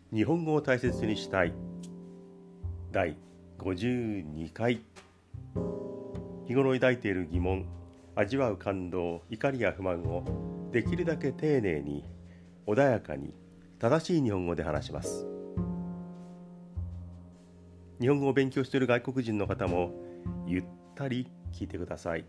日本語を大切にしたい第52回。日頃抱いている疑問、味わう感動、怒りや不満をできるだけ丁寧に穏やかに正しい日本語で話します。日本語を勉強している外国人の方もゆったり聞いてください。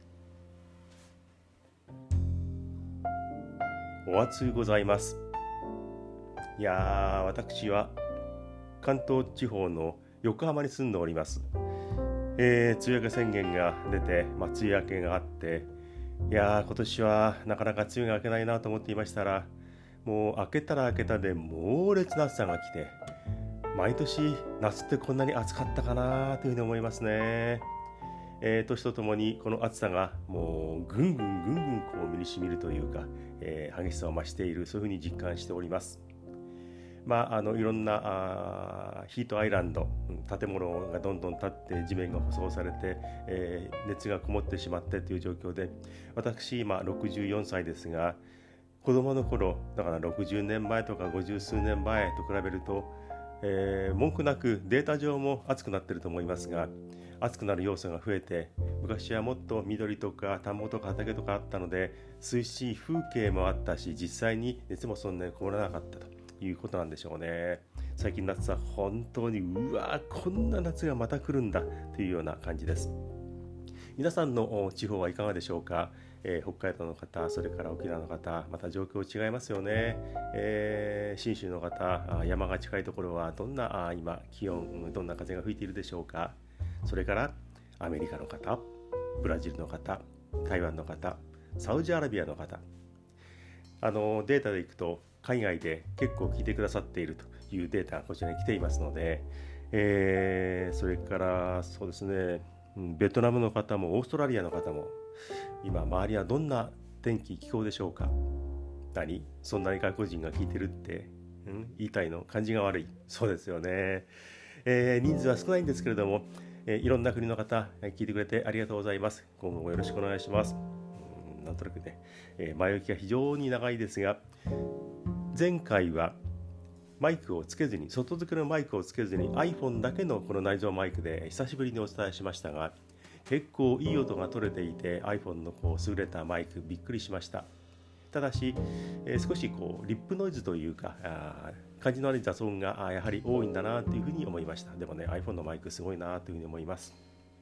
お暑うございます。いやー、私は関東地方の横浜に住んでおります。梅雨明け宣言が出て、梅雨明けがあって、いやー、今年はなかなか梅雨が明けないなと思っていましたら、もう明けたら明けたで猛烈な暑さが来て、毎年夏ってこんなに暑かったかなというふうに思いますね。年とともにこの暑さがもうぐんぐんこう身にしみるというか、激しさを増している、そういうふうに実感しております。いろんなヒートアイランド、建物がどんどん建って地面が舗装されて、熱がこもってしまってという状況で、私今64歳ですが、子供の頃だから60年前とか50数年前と比べると、文句なくデータ上も暑くなっていると思いますが、暑くなる要素が増えて、昔はもっと緑とか田んぼとか畑とかあったので涼しい風景もあったし、実際に熱もそんなにこもらなかったということなんでしょうね。最近夏は本当にこんな夏がまた来るんだというような感じです。皆さんの地方はいかがでしょうか。北海道の方、それから沖縄の方、また状況違いますよね。信州の方、山が近いところはどんな今気温、どんな風が吹いているでしょうか。それからアメリカの方、ブラジルの方、台湾の方、サウジアラビアの方、データでいくと海外で結構聞いてくださっているというデータがこちらに来ていますので、それからそうですね、ベトナムの方もオーストラリアの方も今周りはどんな天気気候でしょうか。そんなに外国人が聞いてるって、言いたいの？感じが悪い。そうですよね。人数は少ないんですけれども、いろんな国の方聞いてくれてありがとうございます。今後もよろしくお願いします。なんとなくね、前置きが非常に長いですが、前回はマイクをつけずに、外付けのマイクをつけずに iPhone だけのこの内蔵マイクで久しぶりにお伝えしましたが、結構いい音が取れていて iPhone の優れたマイクびっくりしました。ただし、少しリップノイズというか感じの悪い雑音がやはり多いんだなというふうに思いました。でもね、 iPhone のマイクすごいなというふうに思います。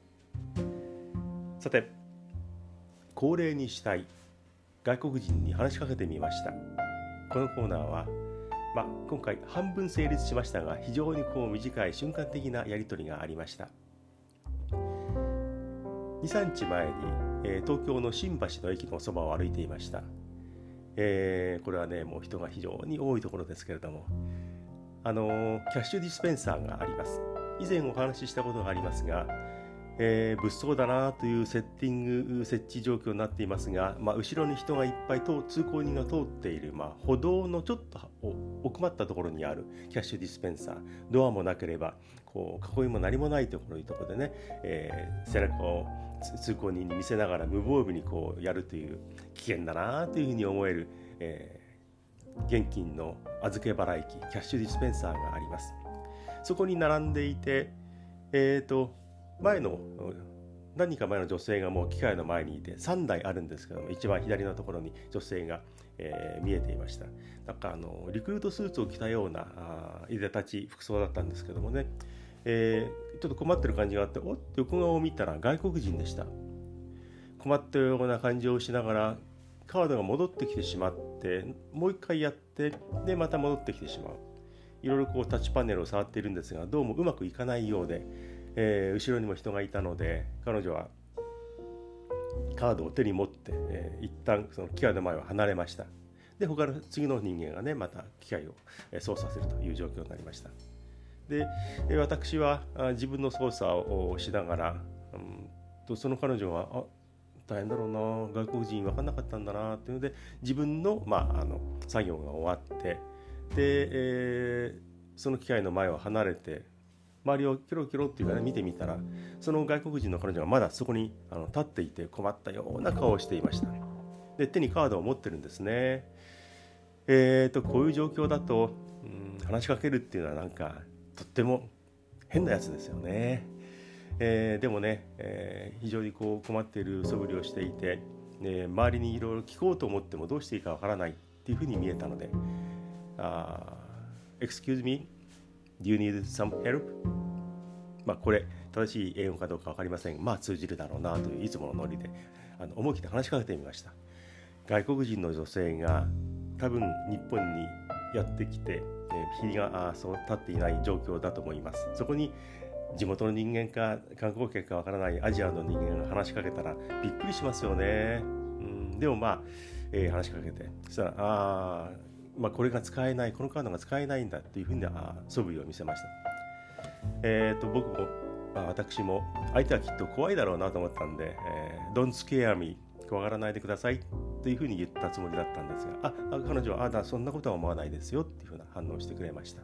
さて、恒例にしたい外国人に話しかけてみました。このコーナーは今回半分成立しましたが、非常に短い瞬間的なやり取りがありました。2、3日前に、東京の新橋の駅のそばを歩いていました。これはね、もう人が非常に多いところですけれども、キャッシュディスペンサーがあります。以前お話ししたことがありますが、物騒だなという設置状況になっていますが、後ろに人がいっぱい通行人が通っている、歩道のちょっと奥まったところにあるキャッシュディスペンサー、ドアもなければ囲いも何もないところでね、背中を通行人に見せながら無防備にやるという、危険だなというふうに思える、現金の預け払い機、キャッシュディスペンサーがあります。そこに並んでいて、何人か前の女性がもう機械の前にいて、3台あるんですけども、一番左のところに女性が、見えていました。リクルートスーツを着たようないでたち服装だったんですけどもね、ちょっと困ってる感じがあって、横顔を見たら外国人でした。困ったような感じをしながらカードが戻ってきてしまって、もう一回やって、でまた戻ってきてしまう。いろいろタッチパネルを触っているんですが、どうもうまくいかないようで、後ろにも人がいたので、彼女はカードを手に持って、一旦その機械の前を離れました。で、他の次の人間がね、また機械を操作するという状況になりました。で、私は自分の操作をしながら、その彼女は大変だろうな、外国人分かんなかったんだなというので、自分の、作業が終わって、で、その機械の前を離れて周りをキョロキョロっていうかね、見てみたら、その外国人の彼女がまだそこに立っていて、困ったような顔をしていました。で、手にカードを持ってるんですね。こういう状況だと話しかけるっていうのはなんかとっても変なやつですよね。でもね、非常にこう困っている素振りをしていて、周りにいろいろ聞こうと思ってもどうしていいかわからないっていうふうに見えたので、Excuse me, do you need some help? これ正しい英語かどうか分かりませんが、通じるだろうなといういつものノリで思い切って話しかけてみました。外国人の女性が多分日本にやってきて、日がそう経っていない状況だと思います。そこに地元の人間か観光客かわからないアジアの人間が話しかけたらびっくりしますよね。でも話しかけて、そしたらこれが使えない、このカードが使えないんだっていうふうな素振りを見せました。僕も私も相手はきっと怖いだろうなと思ったんで、Don't scare me、 怖がらないでくださいというふうに言ったつもりだったんですが、彼女はそんなことは思わないですよっていうふうな反応をしてくれました。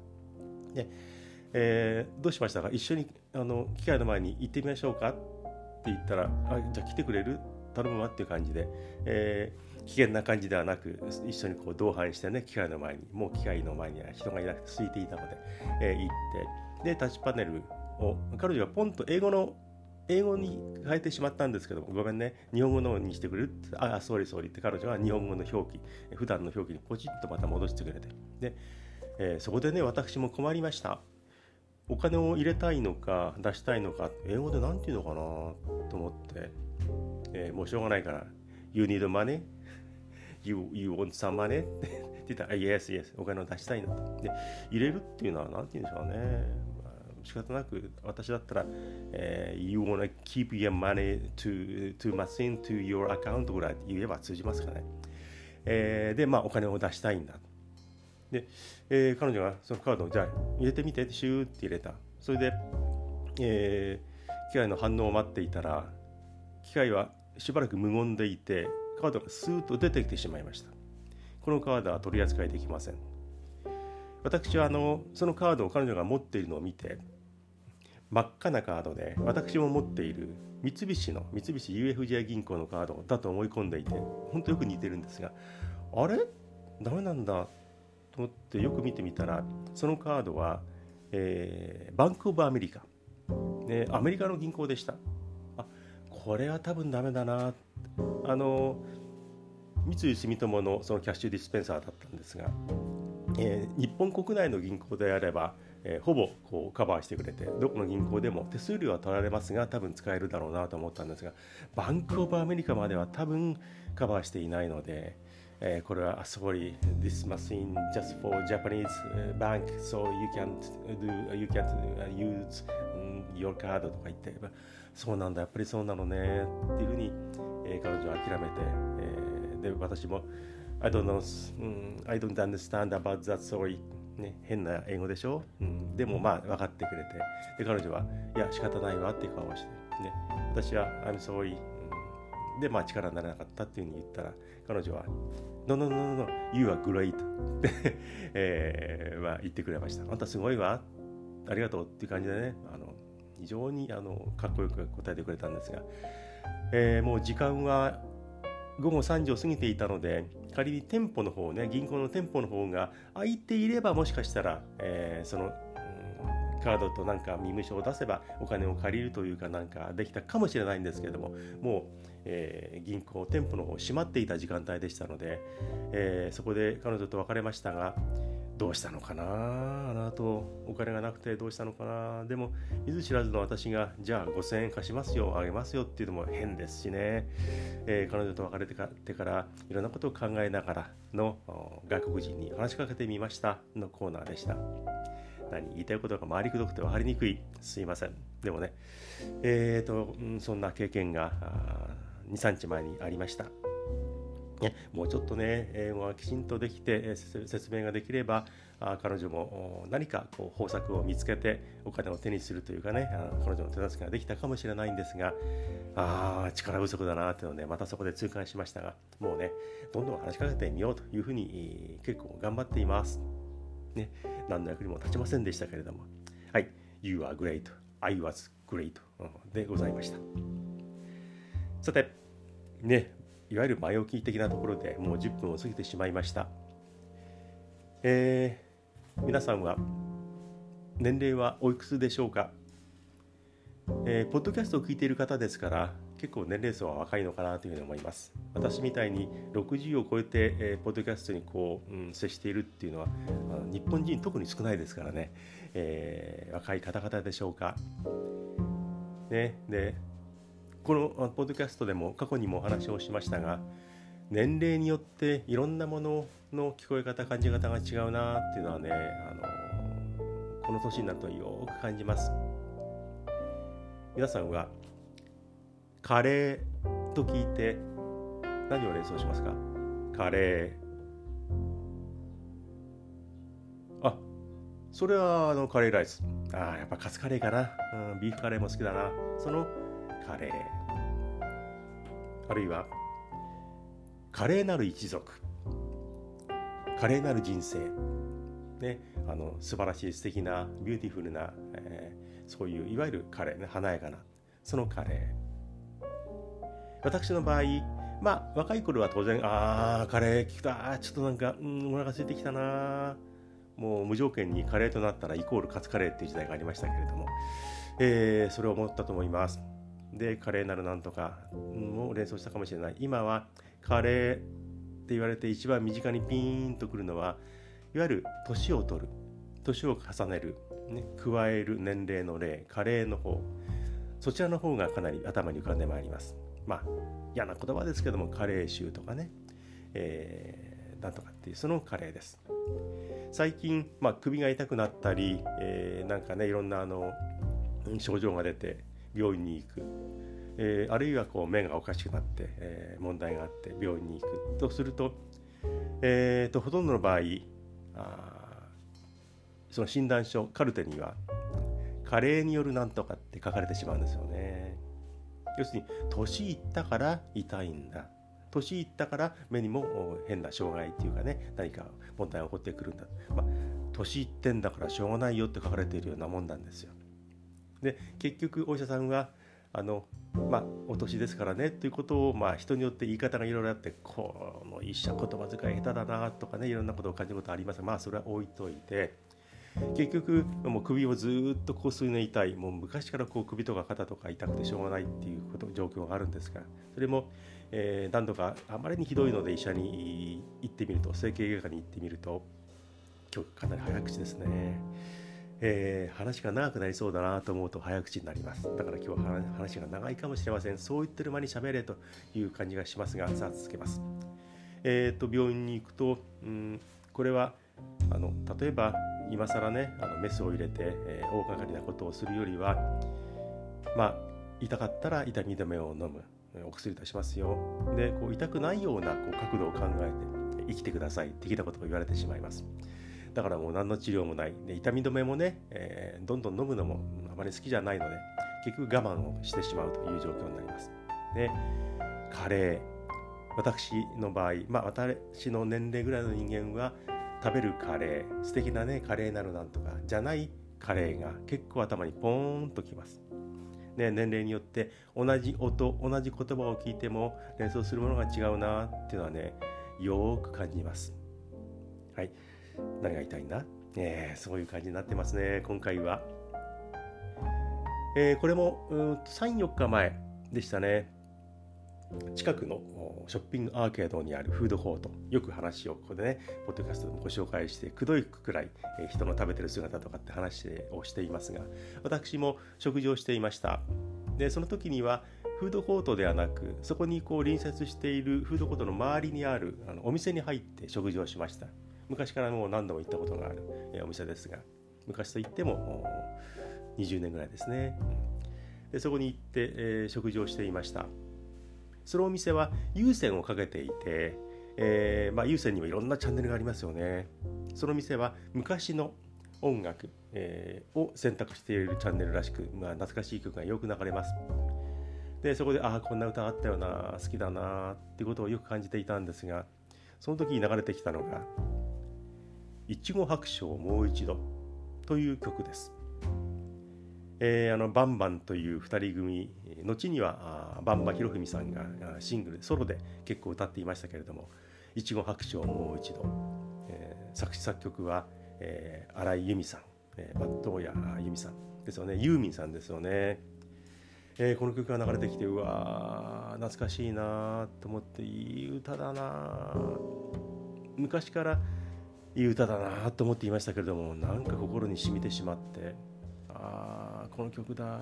で、どうしましたか、一緒に機械の前に行ってみましょうかって言ったら、じゃあ来てくれる、頼むわっていう感じで、危険な感じではなく一緒にこう同伴してね、機械の前に、もう機械の前には人がいなくて空いていたので、行って、でタッチパネルを彼女がポンと英語に変えてしまったんですけども、ごめんね、日本語のにしてくれるって、ソーリーって彼女は日本語の表記、普段の表記にポチッとまた戻してくれて、で、そこでね、私も困りました。お金を入れたいのか出したいのか、英語で何て言うのかなと思って、もうしょうがないから You need money? You want some money? って言ったら Yes, お金を出したいのと。で、入れるっていうのは何て言うんでしょうね。仕方なく私だったら、You wanna keep your money to machine to your account ぐらい言えば通じますかね。で、お金を出したいんだ。で、彼女がそのカードをじゃあ入れてみてってシューって入れた。それで、機械の反応を待っていたら、機械はしばらく無言でいて、カードがスーッと出てきてしまいました。このカードは取り扱いできません。私はそのカードを彼女が持っているのを見て、真っ赤なカードで私も持っている三菱 UFJ 銀行のカードだと思い込んでいて、本当よく似てるんですが、あれダメなんだと思ってよく見てみたら、そのカードは、バンクオブアメリカ、アメリカの銀行でした。これは多分ダメだな。三井住友のそのキャッシュディスペンサーだったんですが、日本国内の銀行であれば、ほぼこうカバーしてくれて、どこの銀行でも手数料は取られますが多分使えるだろうなと思ったんですが、バンクオブアメリカまでは多分カバーしていないので、これはsorry, this machine just for Japanese bank, so you can't use your card とか言って、そうなんだ、やっぱりそうなのねっていうふうに、彼女は諦めて、で私もI don't understand about that story、変な英語でしょ、でも分かってくれて、で彼女はいや仕方ないわっていう顔をして、私は I'm sorry、で力にならなかったっていうふうに言ったら、彼女は No, you are great って言ってくれました。あんたすごいわ、ありがとうっていう感じでね、非常にかっこよく答えてくれたんですが、もう時間は午後3時を過ぎていたので、仮に店舗の方ね、銀行の店舗の方が空いていれば、もしかしたら、そのカードとなんか身分証を出せばお金を借りるというかなんかできたかもしれないんですけれども、もう、銀行店舗の方閉まっていた時間帯でしたので、そこで彼女と別れましたが、どうしたのかな、あの後お金がなくてどうしたのかな。でも見ず知らずの私がじゃあ5000円貸しますよ、あげますよっていうのも変ですしね、彼女と別れてからいろんなことを考えながらの外国人に話しかけてみましたのコーナーでした。何言いたいことが回りくどくて分かりにくい、すいません。でもね、そんな経験が2、3日前にありました。もうちょっとね、英語がきちんとできて、説明ができれば、彼女も何かこう方策を見つけてお金を手にするというかね、彼女の手助けができたかもしれないんですが、力不足だなというのをね、またそこで痛感しましたが、もうね、どんどん話しかけてみようというふうに、結構頑張っています。ね、何の役にも立ちませんでしたけれども、はい、You are great, I was great、でございました。さて、ね、いわゆる前置き的なところでもう10分を過ぎてしまいました。 皆さんは年齢はおいくつでしょうか？ポッドキャストを聞いている方ですから結構年齢層は若いのかなというふうに思います。私みたいに60を超えて、ポッドキャストに接しているっていうのは日本人特に少ないですからね、若い方々でしょうか、ね、でこのポッドキャストでも過去にもお話をしましたが、年齢によっていろんなものの聞こえ方感じ方が違うなっていうのはね、この年になるとよく感じます。皆さんはカレーと聞いて何を連想しますか？カレー。それはカレーライス。やっぱカツカレーかな。ビーフカレーも好きだな。そのカレー。あるいは華麗なる一族。華麗なる人生。ね、素晴らしい素敵なビューティフルな、そういういわゆるカレーね、華やかなそのカレー。私の場合、若い頃は当然カレー聞くとちょっとなんかお腹空いてきたな、もう無条件にカレーとなったらイコールカツカレーっていう時代がありましたけれども、それを思ったと思います。でカレーなるなんとかも連想したかもしれない。今はカレーって言われて一番身近にピーンとくるのはいわゆる年を取る、年を重ねる、加える年齢の例、カレーの方、そちらの方がかなり頭に浮かんでまいります。嫌な言葉ですけども、加齢臭とかね、なんとかっていうその加齢です。最近、首が痛くなったり、なんかねいろんな症状が出て病院に行く、あるいは目がおかしくなって、問題があって病院に行くとすると、ほとんどの場合その診断書カルテには加齢によるなんとかって書かれてしまうんですよね。要するに年いったから痛いんだ、年いったから目にも変な障害っていうかね、何か問題が起こってくるんだ、年いってんだからしょうがないよって書かれているようなもんなんですよ。で結局お医者さんはお年ですからねということを、人によって言い方がいろいろあって、この医者言葉遣い下手だなとかね、いろんなことを感じることありますが、それは置いといて、結局もう首をずっとこすり抜いたい、もう昔から首とか肩とか痛くてしょうがないっていう状況があるんですが、それも、何度かあまりにひどいので医者に行ってみると、整形外科に行ってみると、今日かなり早口ですね。話が長くなりそうだなと思うと早口になります。だから今日は話が長いかもしれません。そう言ってる間に喋れという感じがしますが、さあ続けます。病院に行くと、これは例えば今更ねメスを入れて、大掛かりなことをするよりは、痛かったら痛み止めを飲む、お薬出しますよ、で痛くないような角度を考えて生きてください的なことを言われてしまいます。だからもう何の治療もないで、痛み止めもね、どんどん飲むのもあまり好きじゃないので、結局我慢をしてしまうという状況になります。で加齢、私の場合、私の年齢ぐらいの人間は食べるカレー、素敵なねカレーなるなんとかじゃないカレーが結構頭にポーンときます。年齢によって同じ音、同じ言葉を聞いても連想するものが違うなっていうのはね、よく感じます。はい、何が言いたいんだ、そういう感じになってますね、今回は。これも3、4日前でしたね。近くのショッピングアーケードにあるフードコート、よく話をここでねポッドキャストでもご紹介して、くどいくらい人の食べてる姿とかって話をしていますが、私も食事をしていました。でその時にはフードコートではなく、そこに隣接しているフードコートの周りにあるお店に入って食事をしました。昔からもう何度も行ったことがあるお店ですが、昔といっても20年ぐらいですね。でそこに行って、食事をしていました。そのお店は有線をかけていて、有線にもいろんなチャンネルがありますよね。その店は昔の音楽、を選択しているチャンネルらしく、懐かしい曲がよく流れます。でそこでこんな歌あったよな、好きだなっていうことをよく感じていたんですが、その時に流れてきたのがいちご白書をもう一度という曲です。バンバンという2人組、後にはバンバひろふみさんがシングルソロで結構歌っていましたけれども、いちご白書をもう一度、作詞作曲は荒井由実さん、松任谷由実さんですよね。ユーミンさんですよね。この曲が流れてきて、うわー懐かしいなと思って、いい歌だな、昔からいい歌だなと思っていましたけれども、なんか心に染みてしまって、この曲だ。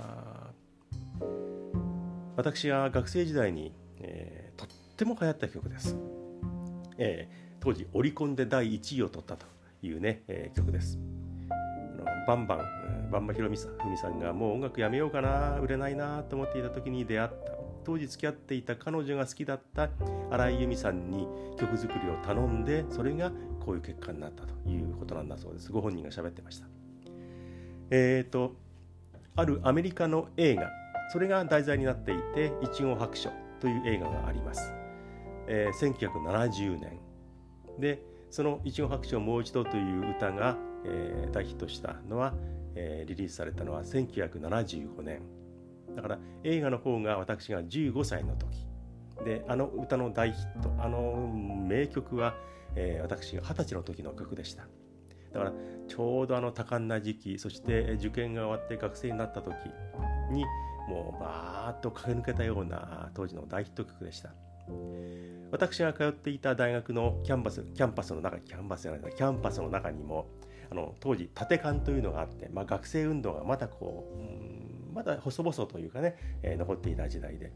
私が学生時代に、とっても流行った曲です。当時オリコンで第1位を取ったというね、曲です。バンバンひろみさんがもう音楽やめようかな、売れないなと思っていた時に出会った、当時付き合っていた彼女が好きだった荒井由実さんに曲作りを頼んで、それがこういう結果になったということなんだそうです。ご本人が喋ってました。あるアメリカの映画、それが題材になっていて、いちご白書という映画があります。1970年で、そのいちご白書もう一度という歌が、大ヒットしたのは、リリースされたのは1975年だから、映画の方が私が15歳の時で、あの歌の大ヒット、あの名曲は、私が20歳の時の曲でした。だからちょうど多感な時期、そして受験が終わって学生になった時に、もうバーッと駆け抜けたような当時の大ヒット曲でした。私が通っていた大学のキャンパスの中にも、当時縦館というのがあって、学生運動がまだまだ細々というかね、残っていた時代で、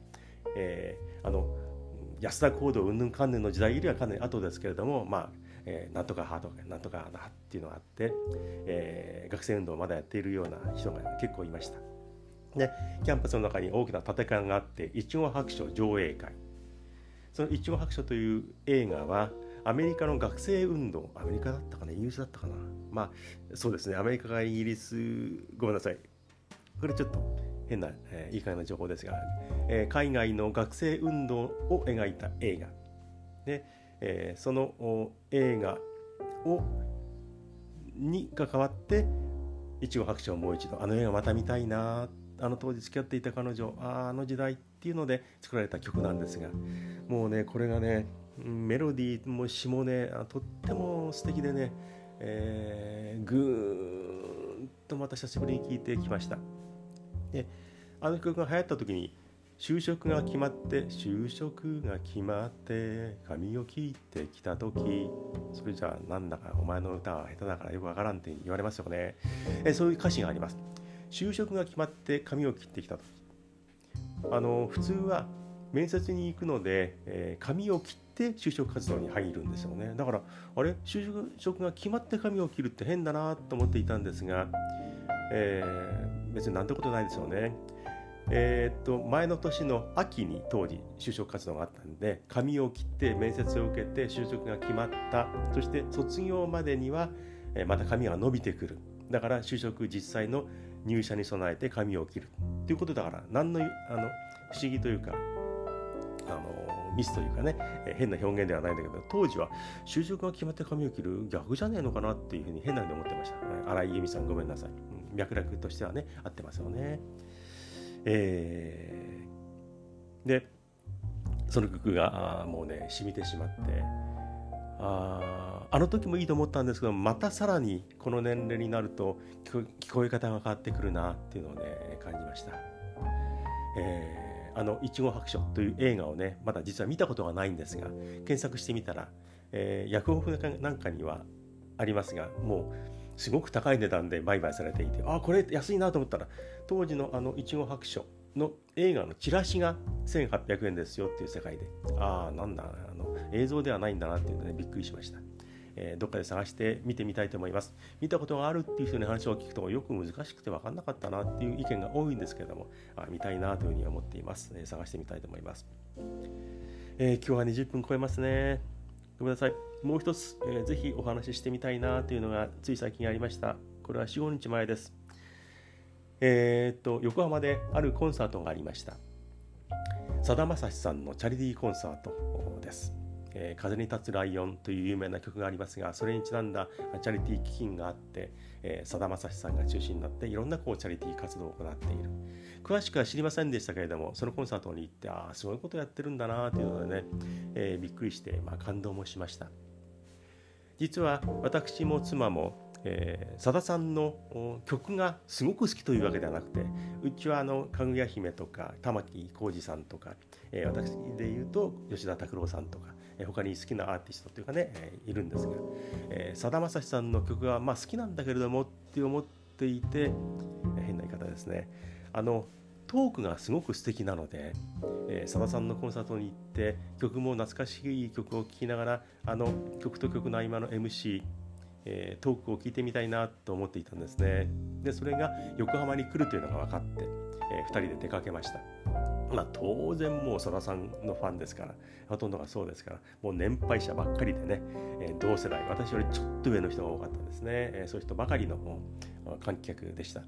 安田講堂うんぬんかんぬんの時代よりはかなり後ですけれども、なんとか派とかなんとか派っていうのがあって、学生運動をまだやっているような人が結構いました。で、キャンパスの中に大きな縦館があって、いちご白書上映会、そのいちご白書という映画はアメリカの学生運動、アメリカだったかな、イギリスだったかな、そうですね、アメリカがイギリス、ごめんなさい、これちょっと変な、いい感じの情報ですが、海外の学生運動を描いた映画で、その映画に関わっていちご白書をもう一度、あの映画また見たいな、当時付き合っていた彼女、あの時代っていうので作られた曲なんですが、もうね、これがね、メロディーも詞もね、とっても素敵でね、ぐーんとまた久しぶりに聴いてきました。で、あの曲が流行った時に、就職が決まって髪を切ってきた時、それじゃあなんだかお前の歌は下手だからよくわからんって言われますよね。そういう歌詞があります。就職が決まって髪を切ってきた時、普通は面接に行くので、髪を切って就職活動に入るんですよね。だから就職が決まって髪を切るって変だなと思っていたんですが、別になんてことないですよね。前の年の秋に当時就職活動があったんで、髪を切って面接を受けて就職が決まった。そして卒業までには、また髪が伸びてくる。だから就職実際の入社に備えて髪を切るということだから、何の不思議というかミスというかね、変な表現ではないんだけど、当時は就職が決まって髪を切る逆じゃねえのかなっていうふうに変なふうに思ってました。荒井由実さん、ごめんなさい。脈絡としてはね、合ってますよね。で、その曲がもうね染みてしまって、あの時もいいと思ったんですけど、またさらにこの年齢になると聞こえ方が変わってくるなっていうのをね感じました。いちご白書という映画をね、まだ実は見たことがないんですが、検索してみたら、ヤフオクなんかにはありますが、もうすごく高い値段で売買されていて、これ安いなと思ったら、当時のいちご白書の映画のチラシが1800円ですよっていう世界で、なんだ映像ではないんだなっていうので、びっくりしました。どっかで探して見てみたいと思います。見たことがあるっていう人に話を聞くと、よく難しくて分かんなかったなっていう意見が多いんですけれども、見たいなというふうに思っています。探してみたいと思います。今日は20分超えますね。ごめんなさい。もう一つ、ぜひお話ししてみたいなというのがつい最近ありました。これは 4,5 日前です。横浜であるコンサートがありました。さだまさしさんのチャリティーコンサートです。風に立つライオンという有名な曲がありますが、それにちなんだチャリティー基金があって、さだまさしさんが中心になっていろんなチャリティー活動を行っている。詳しくは知りませんでしたけれども、そのコンサートに行って、すごいことやってるんだなというのでね、びっくりして、感動もしました。実は私も妻も、 さださんの曲がすごく好きというわけではなくて、うちはかぐや姫とか玉置浩二さんとか、私でいうと吉田拓郎さんとか、他に好きなアーティストというかね、いるんですが、さだまさしさんの曲が好きなんだけれどもって思っていて、変な言い方ですね、トークがすごく素敵なので、さださんのコンサートに行って曲も懐かしい曲を聴きながら、曲と曲の合間の MC、トークを聞いてみたいなと思っていたんですね。でそれが横浜に来るというのが分かって、2人で出かけました。当然もうさださんのファンですから、ほとんどがそうですから、もう年配者ばっかりでね、同世代、私よりちょっと上の人が多かったですね。そういう人ばかりの観客でした。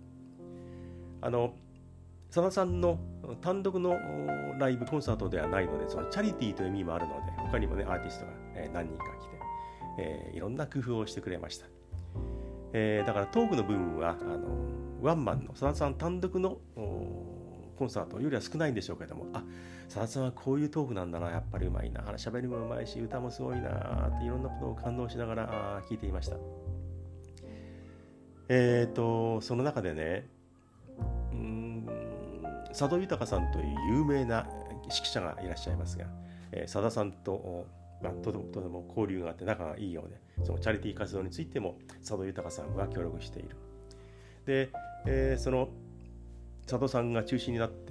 さださんの単独のライブコンサートではないので、そのチャリティーという意味もあるので、他にもねアーティストが何人か来て、いろんな工夫をしてくれました。だからトークの部分はワンマンのさださん単独のコンサートよりは少ないんでしょうけども、さださんはこういうトークなんだな、やっぱりうまいな、喋りもうまいし歌もすごいなって、いろんなことを感動しながら聞いていました。その中でね、佐渡裕さんという有名な指揮者がいらっしゃいますが、さださんととても交流があって仲がいいようで、そのチャリティー活動についても佐渡裕さんは協力している。で、その佐渡さんが中心になって、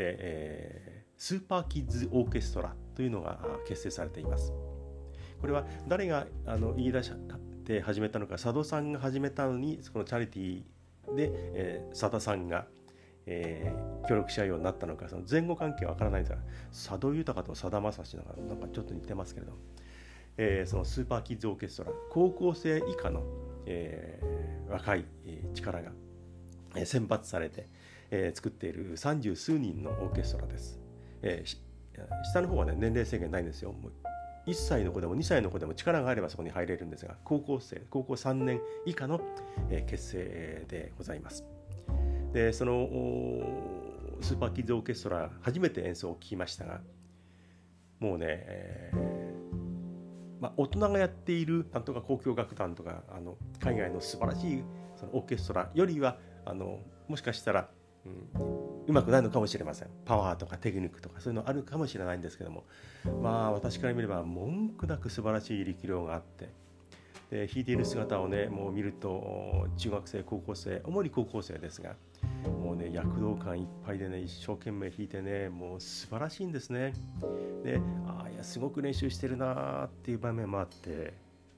スーパーキッズオーケストラというのが結成されています。これは誰が言い出して始めたのか、佐渡さんが始めたのに、そのチャリティーで、佐田さんが協力し合うようになったのか、その前後関係は分からないんですが、佐渡裕とさだまさしなんかちょっと似てますけれども、そのスーパーキッズオーケストラ、高校生以下の、若い力が選抜されて、作っている30数人のオーケストラです。下の方はね年齢制限ないんですよ。もう1歳の子でも2歳の子でも力があればそこに入れるんですが、高校3年以下の、結成でございます。でそのスーパーキッズオーケストラ初めて演奏を聴きましたが、もうね、大人がやっているなんとか交響楽団とか海外の素晴らしいそのオーケストラよりはもしかしたらうまくないのかもしれません。パワーとかテクニックとかそういうのあるかもしれないんですけども、私から見れば文句なく素晴らしい力量があって、で弾いている姿をねもう見ると中学生高校生、主に高校生ですが、もうね躍動感いっぱいでね一生懸命弾いてね、もう素晴らしいんですね。でいやすごく練習してるなっていう場面もあって、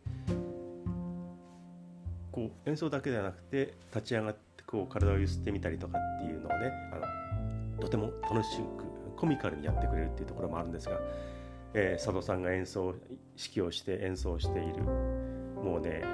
こう演奏だけではなくて立ち上がってこう体を揺すってみたりとかっていうのをねとても楽しくコミカルにやってくれるっていうところもあるんですが、佐渡さんが指揮をして演奏している、もうね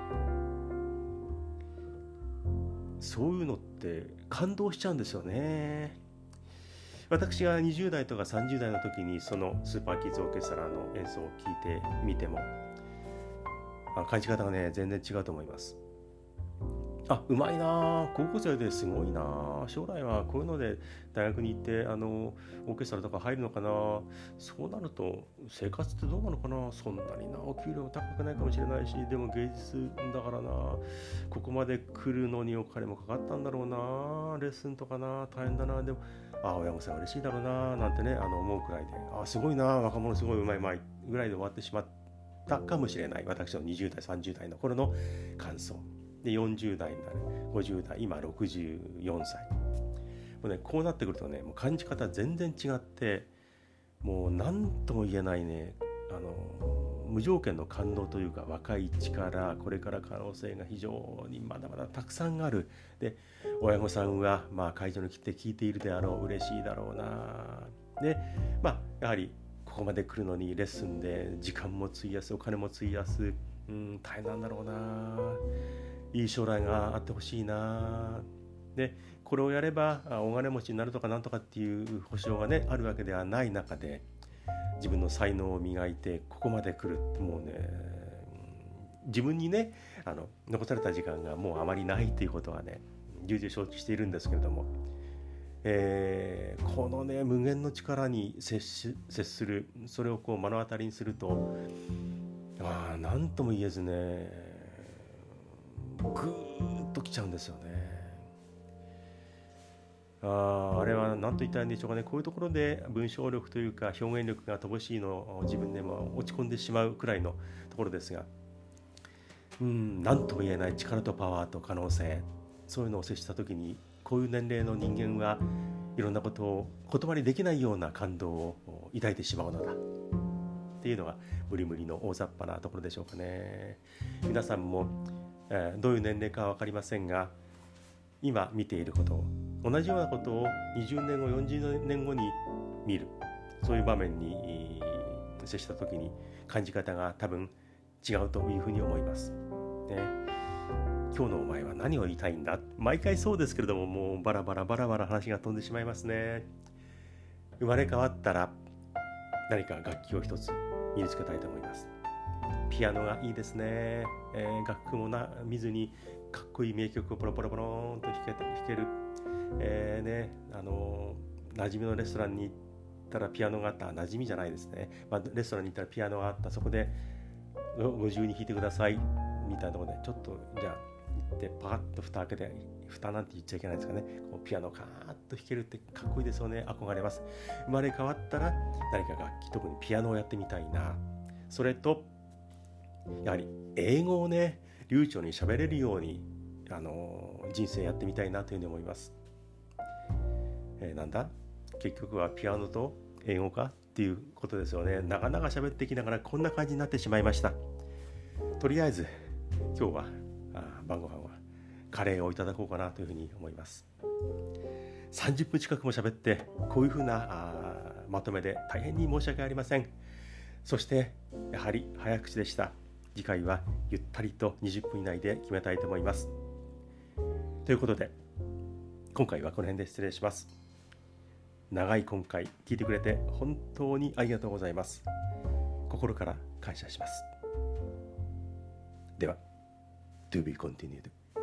そういうのって感動しちゃうんですよね。私が20代とか30代の時にそのスーパーキッズオーケストラの演奏を聴いてみても感じ方がね全然違うと思います。うまいな、高校生ですごいな、将来はこういうので大学に行ってオーケストラとか入るのかな、そうなると生活ってどうなのかな、そんなになお給料も高くないかもしれないし、でも芸術だからな、ここまで来るのにお金もかかったんだろうな、レッスンとかな大変だな、でも親御さん嬉しいだろうななんてね思うくらいですごいな、若者すごいうまいぐらいで終わってしまったかもしれない、私の20代30代の頃の感想で、40代になる50代、今64歳、もうねこうなってくるとねもう感じ方全然違って、もう何とも言えないね無条件の感動というか、若い力、これから可能性が非常にまだまだたくさんある。で親御さんは会場に来て聞いているであろう、嬉しいだろうな。でやはりここまで来るのにレッスンで時間も費やす、お金も費やす、大変なんだろうな、いい将来があってほしいな。でこれをやれば大金持ちになるとかなんとかっていう保証がねあるわけではない中で、自分の才能を磨いてここまで来るって、もうね自分にね残された時間がもうあまりないということはね重々承知しているんですけれども、このね無限の力に接する、それをこう目の当たりにすると何とも言えずね、 グーッときちゃうんですよね。あれは何と言ったらいいんでしょうかね。こういうところで文章力というか表現力が乏しいのを自分でも落ち込んでしまうくらいのところですが、何とも言えない力とパワーと可能性、そういうのを接した時に、こういう年齢の人間はいろんなことを言葉にできないような感動を抱いてしまうのだっていうのが無理無理の大雑把なところでしょうかね。皆さんも、どういう年齢かは分かりませんが、今見ていることを、同じようなことを20年後40年後に見る、そういう場面に接した時に感じ方が多分違うというふうに思います、ね。今日のお前は何を言いたいんだ、毎回そうですけれども、もうバラバラ話が飛んでしまいますね。生まれ変わったら何か楽器を一つ身につけたいと思います。ピアノがいいですね。楽譜も見ずにかっこいい名曲をポロポロポローンと弾ける、馴染みのレストランに行ったらピアノがあった、馴染みじゃないですね、レストランに行ったらピアノがあった、そこでご自由に弾いてくださいみたいなところで、ちょっとじゃあ行ってパカッと蓋開けて、蓋なんて言っちゃいけないですかね、こうピアノカーッと弾けるってかっこいいですよね。憧れます。生まれ変わったら何か楽器、特にピアノをやってみたいな。それとやはり英語をね、流暢に喋れるように人生やってみたいなというふうに思います。なんだ結局はピアノと英語かっていうことですよね。なかなか喋ってきながらこんな感じになってしまいました。とりあえず今日は晩ご飯はカレーをいただこうかなというふうに思います。30分近くも喋ってこういうふうなまとめで大変に申し訳ありません。そしてやはり早口でした。次回はゆったりと20分以内で決めたいと思います。ということで今回はこの辺で失礼します。長い今回聞いてくれて本当にありがとうございます。心から感謝します。では To be continued。